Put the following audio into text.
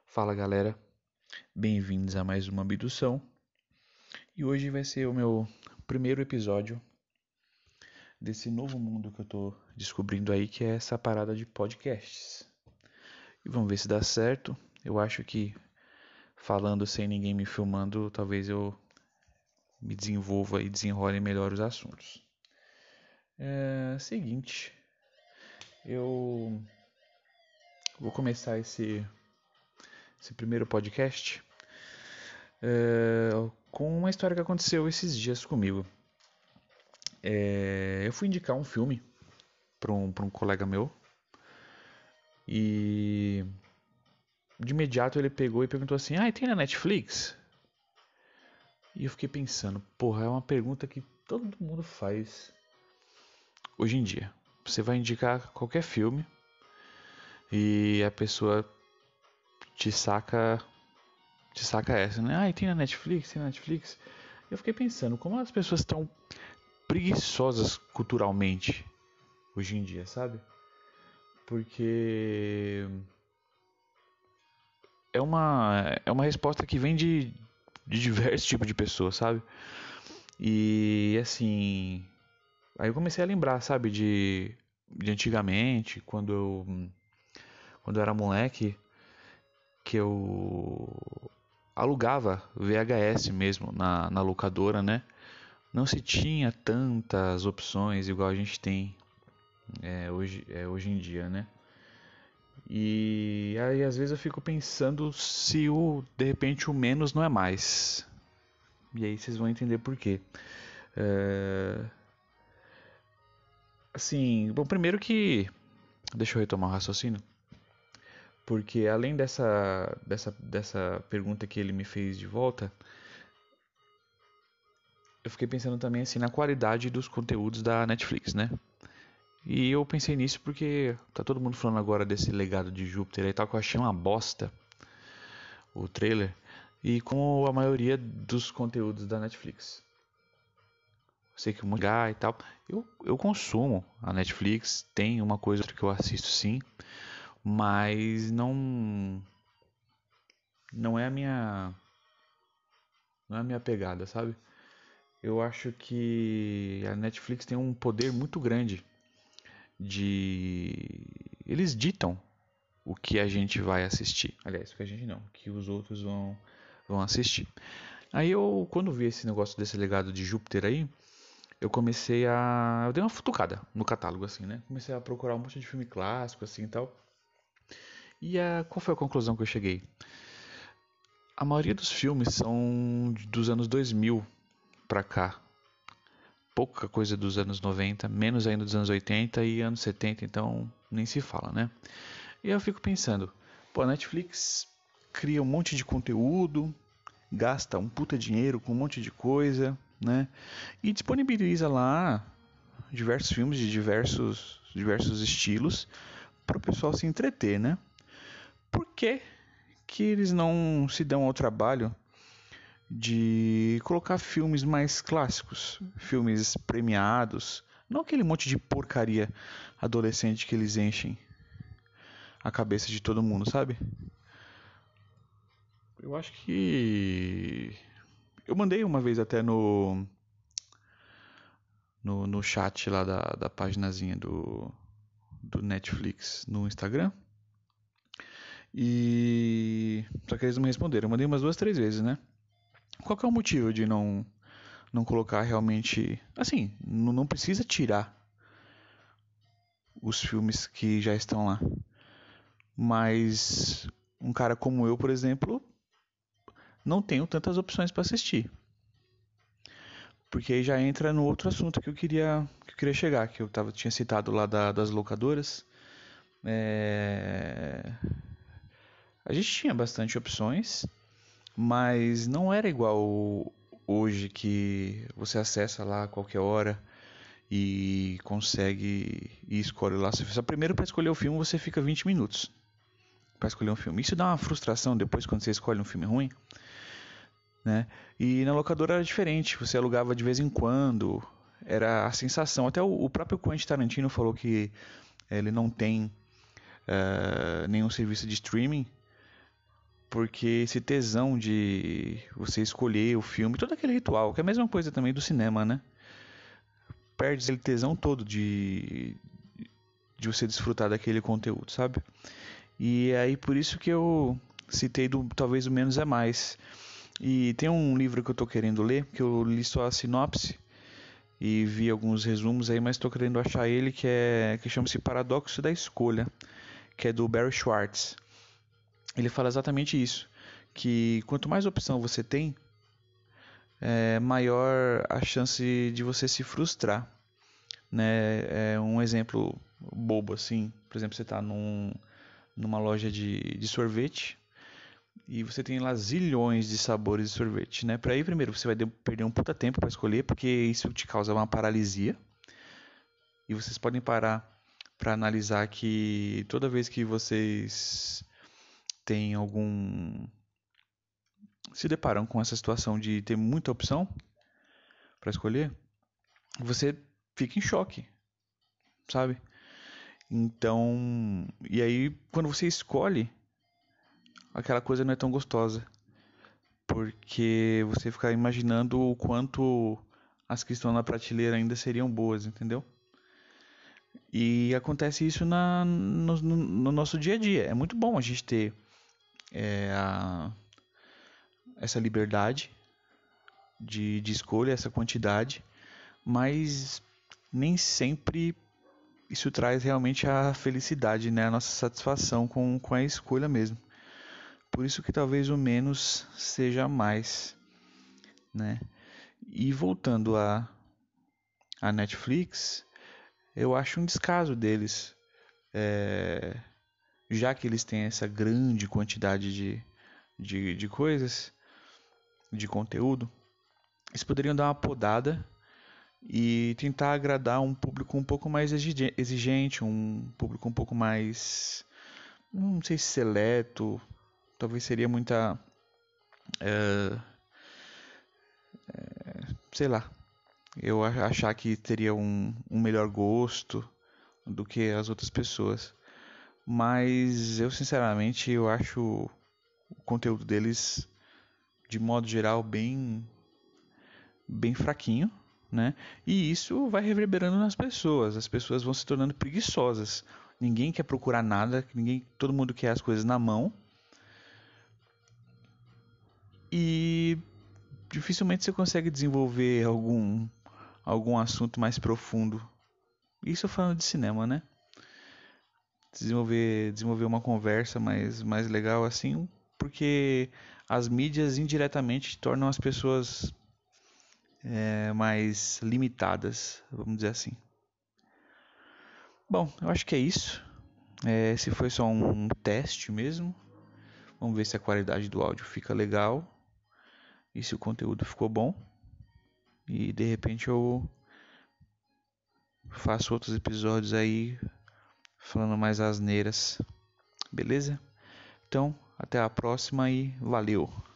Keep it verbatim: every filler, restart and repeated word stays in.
Fala galera, bem-vindos a mais uma abdução. E hoje vai ser o meu primeiro episódio desse novo mundo que eu tô descobrindo aí, que é essa parada de podcasts. E vamos ver se dá certo. Eu acho que falando sem ninguém me filmando, talvez eu me desenvolva e desenrole melhor os assuntos. É seguinte, eu vou começar esse, esse primeiro podcast é, com uma história que aconteceu esses dias comigo. É, eu fui indicar um filme para um, pra um colega meu e de imediato ele pegou e perguntou assim: Ah, tem na Netflix? E eu fiquei pensando, porra, é uma pergunta que todo mundo faz hoje em dia. Você vai indicar qualquer filme e a pessoa te saca, te saca essa, né? Ah, tem na Netflix, tem na Netflix. Eu fiquei pensando, como as pessoas estão preguiçosas culturalmente hoje em dia, sabe? Porque é uma, é uma resposta que vem de, de diversos tipos de pessoas, sabe? E assim, aí eu comecei a lembrar, sabe, de, de antigamente, quando eu, quando eu era moleque, que eu alugava V H S mesmo na, na locadora, né? Não se tinha tantas opções igual a gente tem é, hoje, é, hoje em dia, né? E aí às vezes eu fico pensando se o de repente o menos não é mais. E aí vocês vão entender por quê. É... Assim, bom, primeiro que deixa eu retomar o raciocínio, porque além dessa dessa dessa pergunta que ele me fez de volta, eu fiquei pensando também assim na qualidade dos conteúdos da Netflix, né? E eu pensei nisso porque tá todo mundo falando agora desse Legado de Júpiter e tal, que eu achei uma bosta o trailer, e como a maioria dos conteúdos da Netflix. Sei que o mangá e tal, eu, eu consumo a Netflix, tem uma coisa que eu assisto sim, mas não não é a minha não é a minha pegada, sabe? Eu acho que a Netflix tem um poder muito grande de eles ditam o que a gente vai assistir. Aliás, o que a gente não, o que os outros vão vão assistir. Aí eu, quando vi esse negócio desse Legado de Júpiter aí, eu comecei a. Eu dei uma futucada no catálogo, assim, né? Comecei a procurar um monte de filme clássico, assim e tal. E a... qual foi a conclusão que eu cheguei? A maioria dos filmes são dos anos dois mil pra cá. Pouca coisa dos anos noventa, menos ainda dos anos oitenta e anos setenta, então nem se fala, né? E eu fico pensando, pô, a Netflix cria um monte de conteúdo, gasta um puta dinheiro com um monte de coisa, né? E disponibiliza lá diversos filmes de diversos, diversos estilos para o pessoal se entreter, né? Por que, que eles não se dão ao trabalho de colocar filmes mais clássicos, filmes premiados, não aquele monte de porcaria adolescente que eles enchem a cabeça de todo mundo, sabe? Eu acho que eu mandei uma vez até no no, no chat lá da, da paginazinha do, do Netflix no Instagram. E só que eles não me responderam. Eu mandei umas duas, três vezes, né? Qual que é o motivo de não não colocar realmente, assim, não, não precisa tirar os filmes que já estão lá. Mas um cara como eu, por exemplo, não tenho tantas opções para assistir. Porque aí já entra no outro assunto que eu queria, que eu queria chegar, que eu tava, tinha citado lá da, das locadoras. É... A gente tinha bastante opções, mas não era igual hoje que você acessa lá a qualquer hora e consegue e escolhe lá. Só primeiro para escolher o filme você fica vinte minutos para escolher um filme. Isso dá uma frustração depois quando você escolhe um filme ruim, né? E na locadora era diferente, você alugava de vez em quando, era a sensação. Até o, o próprio Quentin Tarantino falou que ele não tem uh, nenhum serviço de streaming, Porque esse tesão de você escolher o filme, todo aquele ritual, que é a mesma coisa também do cinema, né? Perde aquele tesão todo de, de você desfrutar daquele conteúdo, sabe? E é aí por isso que eu citei do talvez o menos é mais. E tem um livro que eu tô querendo ler, que eu li só a sinopse e vi alguns resumos aí, mas estou querendo achar ele, que é que chama-se Paradoxo da Escolha, que é do Barry Schwartz. Ele fala exatamente isso, que quanto mais opção você tem, é maior a chance de você se frustrar, né? É um exemplo bobo assim, por exemplo, você está num, numa loja de, de sorvete e você tem lá zilhões de sabores de sorvete, né? Para ir primeiro você vai perder um puta tempo para escolher, porque isso te causa uma paralisia. E vocês podem parar para analisar que toda vez que vocês têm algum se deparam com essa situação de ter muita opção para escolher, você fica em choque, sabe? Então, e aí quando você escolhe, aquela coisa não é tão gostosa, porque você fica imaginando o quanto as que estão na prateleira ainda seriam boas, entendeu? E acontece isso na, no, no nosso dia a dia. É muito bom a gente ter é, a, essa liberdade de, de escolha, essa quantidade, mas nem sempre isso traz realmente a felicidade, né? A nossa satisfação com, com a escolha mesmo. Por isso que talvez o menos seja mais, né? E voltando a, a Netflix, eu acho um descaso deles, é, já que eles têm essa grande quantidade de, de, de coisas, de conteúdo, eles poderiam dar uma podada e tentar agradar um público um pouco mais exigente, um público um pouco mais, não sei se seleto, talvez seria muita, é, sei lá, eu achar que teria um, um melhor gosto do que as outras pessoas. Mas eu sinceramente eu acho o conteúdo deles de modo geral bem bem fraquinho, né? E isso vai reverberando nas pessoas. As pessoas vão se tornando preguiçosas. Ninguém quer procurar nada, ninguém, todo mundo quer as coisas na mão. E dificilmente você consegue desenvolver algum algum assunto mais profundo. Isso falando de cinema, né? Desenvolver, desenvolver uma conversa mais, mais legal assim, porque as mídias indiretamente tornam as pessoas é, mais limitadas, vamos dizer assim. Bom, eu acho que é isso. É, esse foi só um teste mesmo. Vamos ver se a qualidade do áudio fica legal e se o conteúdo ficou bom. E de repente eu faço outros episódios aí falando mais asneiras. Beleza? Então, até a próxima e valeu!